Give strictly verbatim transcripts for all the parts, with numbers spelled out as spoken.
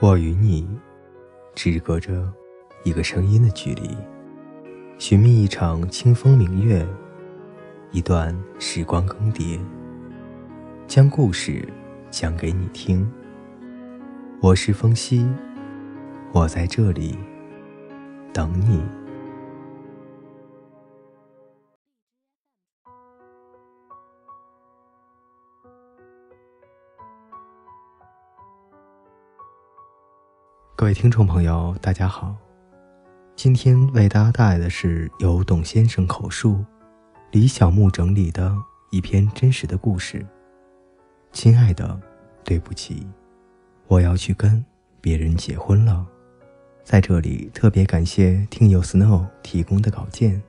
我与你只隔着一个声音的距离，寻觅一场清风明月，一段时光更迭，将故事讲给你听。我是风夕，我在这里等你。各位听众朋友，大家好，今天为大家带来的是由董先生口述，李小木整理的一篇真实的故事。亲爱的，对不起，我要去跟别人结婚了。在这里特别感谢听友 Snow 提供的稿件。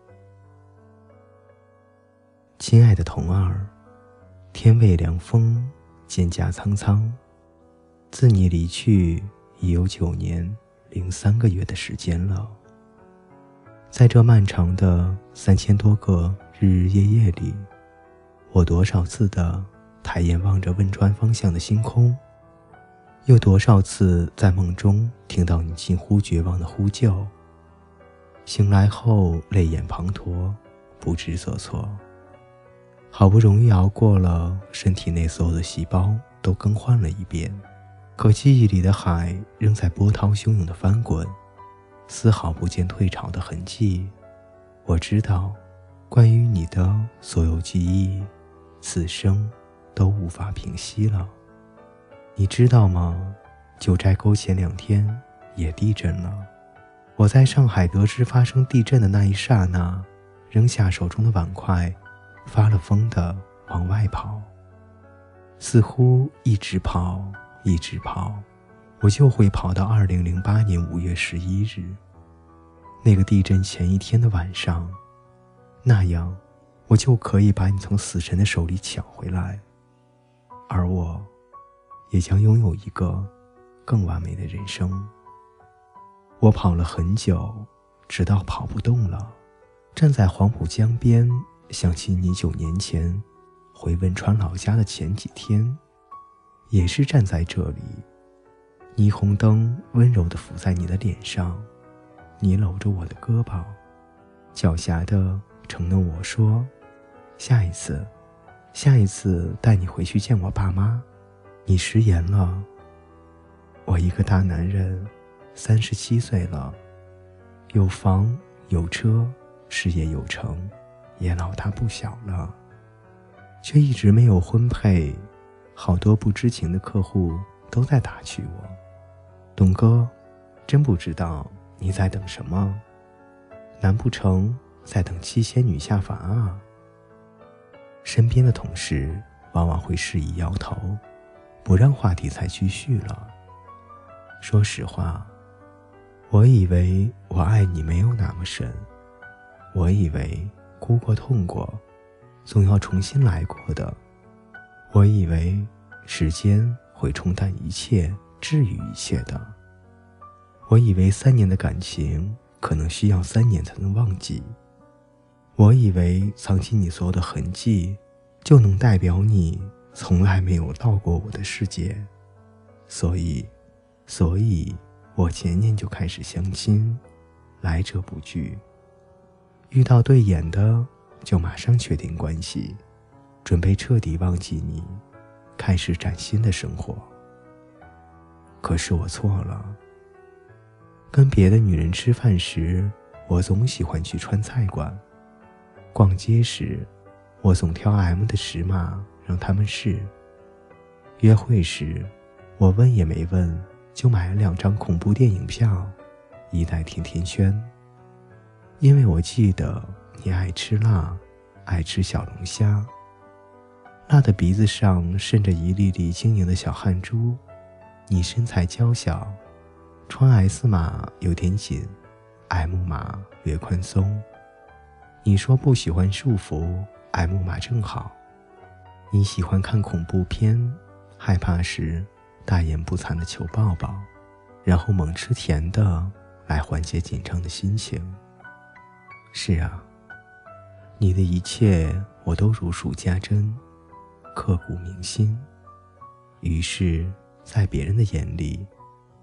亲爱的童儿，天未凉风，蒹葭苍苍，自你离去已有九年零三个月的时间了。在这漫长的三千多个日日夜夜里，我多少次的抬眼望着汶川方向的星空，又多少次在梦中听到你近乎绝望的呼救。醒来后泪眼滂沱，不知所措。好不容易熬过了身体内所有的细胞都更换了一遍，可记忆里的海仍在波涛汹涌的翻滚，丝毫不见退潮的痕迹。我知道，关于你的所有记忆，此生都无法平息了。你知道吗？九寨沟前两天也地震了。我在上海得知发生地震的那一刹那，扔下手中的碗筷，发了疯的往外跑，似乎一直跑一直跑，我就会跑到二零零八年五月十一日，那个地震前一天的晚上，那样我就可以把你从死神的手里抢回来，而我也将拥有一个更完美的人生。我跑了很久，直到跑不动了，站在黄浦江边，想起你九年前回汶川老家的前几天，也是站在这里，霓虹灯温柔地浮在你的脸上，你搂着我的胳膊，狡黠地承诺我说，下一次下一次带你回去见我爸妈。你食言了。我一个大男人，三十七岁了，有房有车，事业有成，也老大不小了，却一直没有婚配。好多不知情的客户都在打趣我，董哥，真不知道你在等什么？难不成在等七仙女下凡啊？身边的同事往往会示意摇头，不让话题再继续了。说实话，我以为我爱你没有那么深，我以为哭过痛过总要重新来过的，我以为时间会冲淡一切，治愈一切的，我以为三年的感情可能需要三年才能忘记，我以为藏起你所有的痕迹就能代表你从来没有到过我的世界。所以所以我前年就开始相亲，来者不拒，遇到对眼的就马上确定关系，准备彻底忘记你，开始崭新的生活。可是我错了。跟别的女人吃饭时，我总喜欢去川菜馆；逛街时，我总挑 M 的尺码让他们试；约会时，我问也没问就买了两张恐怖电影票，一袋甜甜圈。因为我记得你爱吃辣，爱吃小龙虾，辣的鼻子上渗着一粒粒晶莹的小汗珠。你身材娇小，穿 S 码有点紧， M 码略宽松。你说不喜欢束缚， M 码正好。你喜欢看恐怖片，害怕时大言不惭地求抱抱，然后猛吃甜的来缓解紧张的心情。是啊，你的一切我都如数家珍，刻骨铭心。于是在别人的眼里，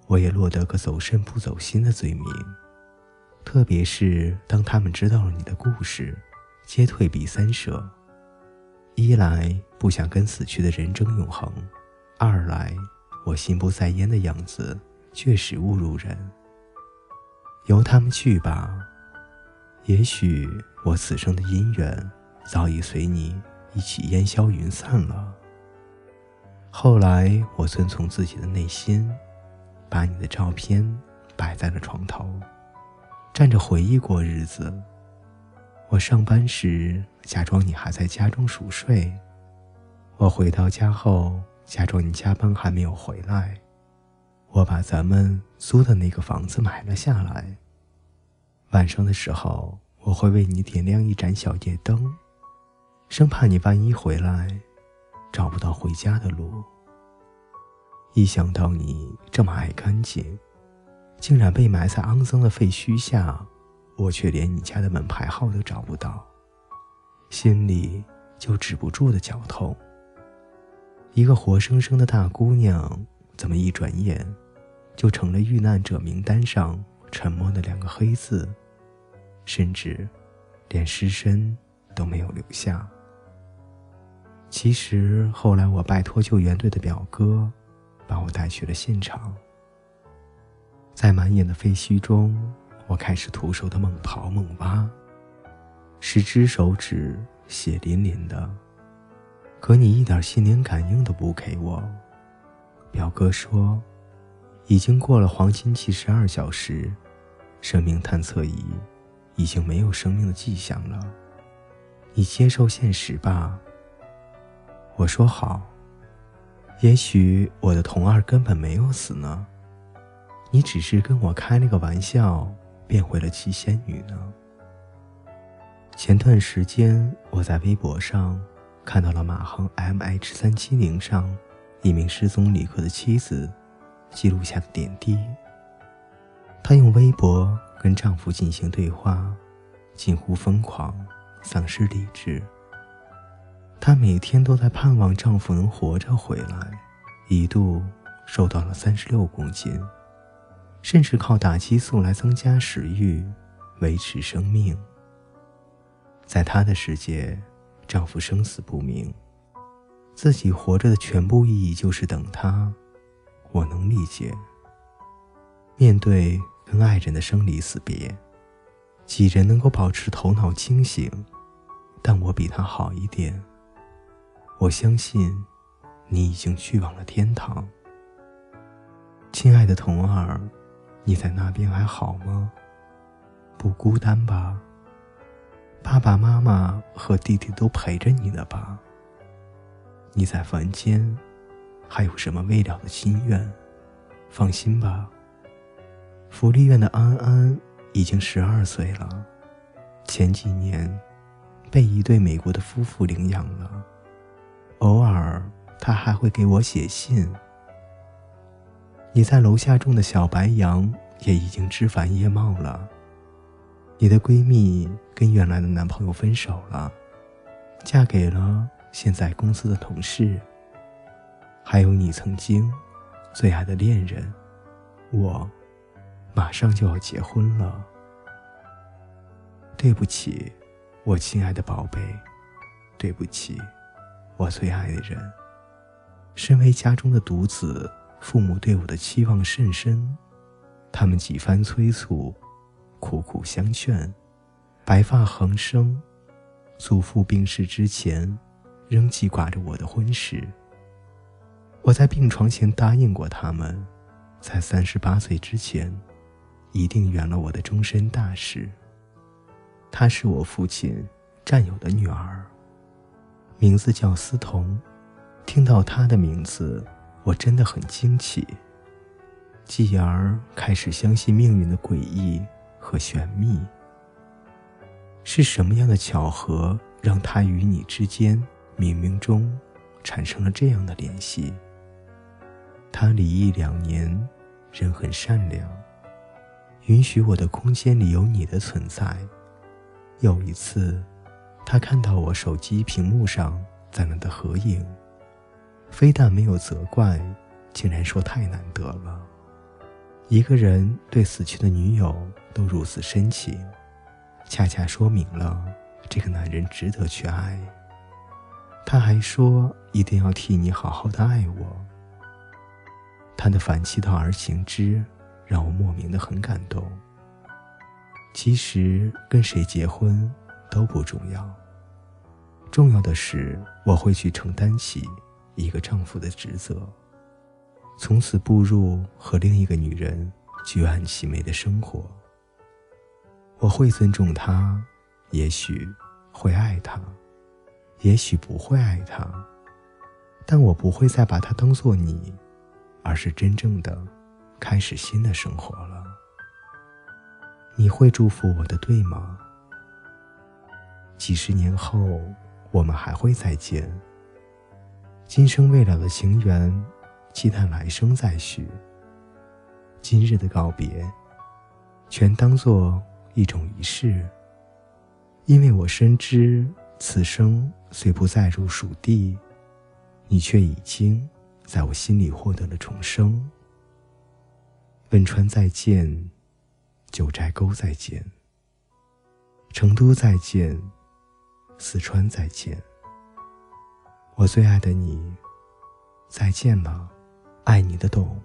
我也落得个走肾不走心的罪名。特别是当他们知道了你的故事，皆退避三舍。一来不想跟死去的人争永恒，二来我心不在焉的样子确实侮辱人。由他们去吧，也许我此生的姻缘早已随你一起烟消云散了。后来我遵从自己的内心，把你的照片摆在了床头，站着回忆过日子。我上班时假装你还在家中熟睡，我回到家后假装你加班还没有回来。我把咱们租的那个房子买了下来，晚上的时候我会为你点亮一盏小夜灯，生怕你万一回来找不到回家的路。一想到你这么爱干净，竟然被埋在肮脏的废墟下，我却连你家的门牌号都找不到，心里就止不住的绞痛。一个活生生的大姑娘，怎么一转眼就成了遇难者名单上沉默的两个黑字，甚至连尸身都没有留下。其实后来我拜托救援队的表哥把我带去了现场。在满眼的废墟中，我开始徒手的猛刨猛挖，十只手指血淋淋的，可你一点心灵感应都不给我。表哥说已经过了黄金七十二小时，生命探测仪已经没有生命的迹象了，你接受现实吧。我说好，也许我的童儿根本没有死呢，你只是跟我开了个玩笑，变回了七仙女呢。前段时间我在微博上看到了马航 M H 三七零 上一名失踪旅客的妻子记录下的点滴。她用微博跟丈夫进行对话，近乎疯狂，丧失理智。她每天都在盼望丈夫能活着回来，一度瘦到了三十六公斤，甚至靠打激素来增加食欲，维持生命。在她的世界，丈夫生死不明，自己活着的全部意义就是等他。我能理解，面对跟爱人的生离死别，几人能够保持头脑清醒，但我比他好一点。我相信你已经去往了天堂。亲爱的童儿，你在那边还好吗？不孤单吧？爸爸妈妈和弟弟都陪着你呢吧？你在凡间还有什么未了的心愿？放心吧，福利院的安安已经十二岁了，前几年被一对美国的夫妇领养了，偶尔他还会给我写信。你在楼下种的小白杨也已经枝繁叶茂了，你的闺蜜跟原来的男朋友分手了，嫁给了现在公司的同事。还有你曾经最爱的恋人，我马上就要结婚了。对不起，我亲爱的宝贝，对不起，我最爱的人。身为家中的独子，父母对我的期望甚深，他们几番催促，苦苦相劝，白发横生。祖父病逝之前，仍记挂着我的婚事。我在病床前答应过他们，在三十八岁之前，一定圆了我的终身大事。她是我父亲战友的女儿，名字叫思彤。听到她的名字，我真的很惊奇，继而开始相信命运的诡异和玄秘。是什么样的巧合，让她与你之间冥冥中产生了这样的联系？她离异两年，人很善良，允许我的空间里有你的存在。有一次，她看到我手机屏幕上咱们的合影，非但没有责怪，竟然说太难得了。 一个人对死去的女友都如此深情，恰恰说明了这个男人值得去爱。他还说一定要替你好好的爱我。他的反其道而行之让我莫名的很感动。其实跟谁结婚都不重要，重要的是我会去承担起一个丈夫的职责，从此步入和另一个女人举案齐眉的生活。我会尊重她，也许会爱她，也许不会爱她，但我不会再把她当作你，而是真正的开始新的生活了。你会祝福我的，对吗？几十年后我们还会再见，今生未了的情缘，期待来生再续。今日的告别全当作一种仪式，因为我深知此生虽不再入蜀地，你却已经在我心里获得了重生。汶川再见，九寨沟再见，成都再见，四川再见，我最爱的你，再见了，爱你的懂。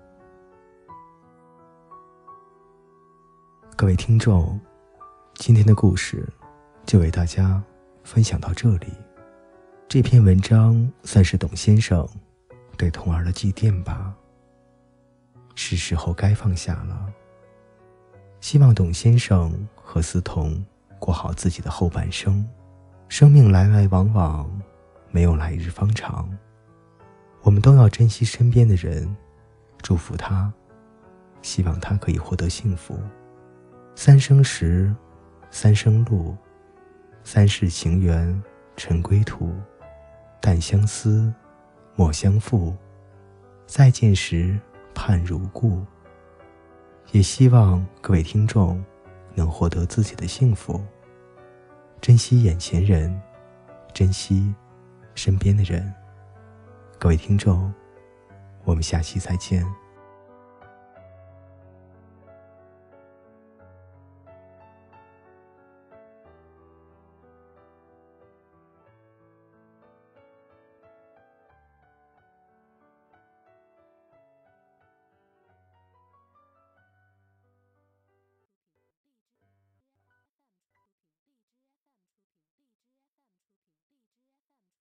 各位听众，今天的故事就为大家分享到这里。这篇文章算是董先生对童儿的祭奠吧，是时候该放下了。希望董先生和思彤过好自己的后半生。生命来来往往，没有来日方长，我们都要珍惜身边的人，祝福他，希望他可以获得幸福。三生石，三生路，三世情缘尘归途，但相思，莫相负，再见时盼如故。也希望各位听众能获得自己的幸福，珍惜眼前人，珍惜身边的人。各位听众，我们下期再见。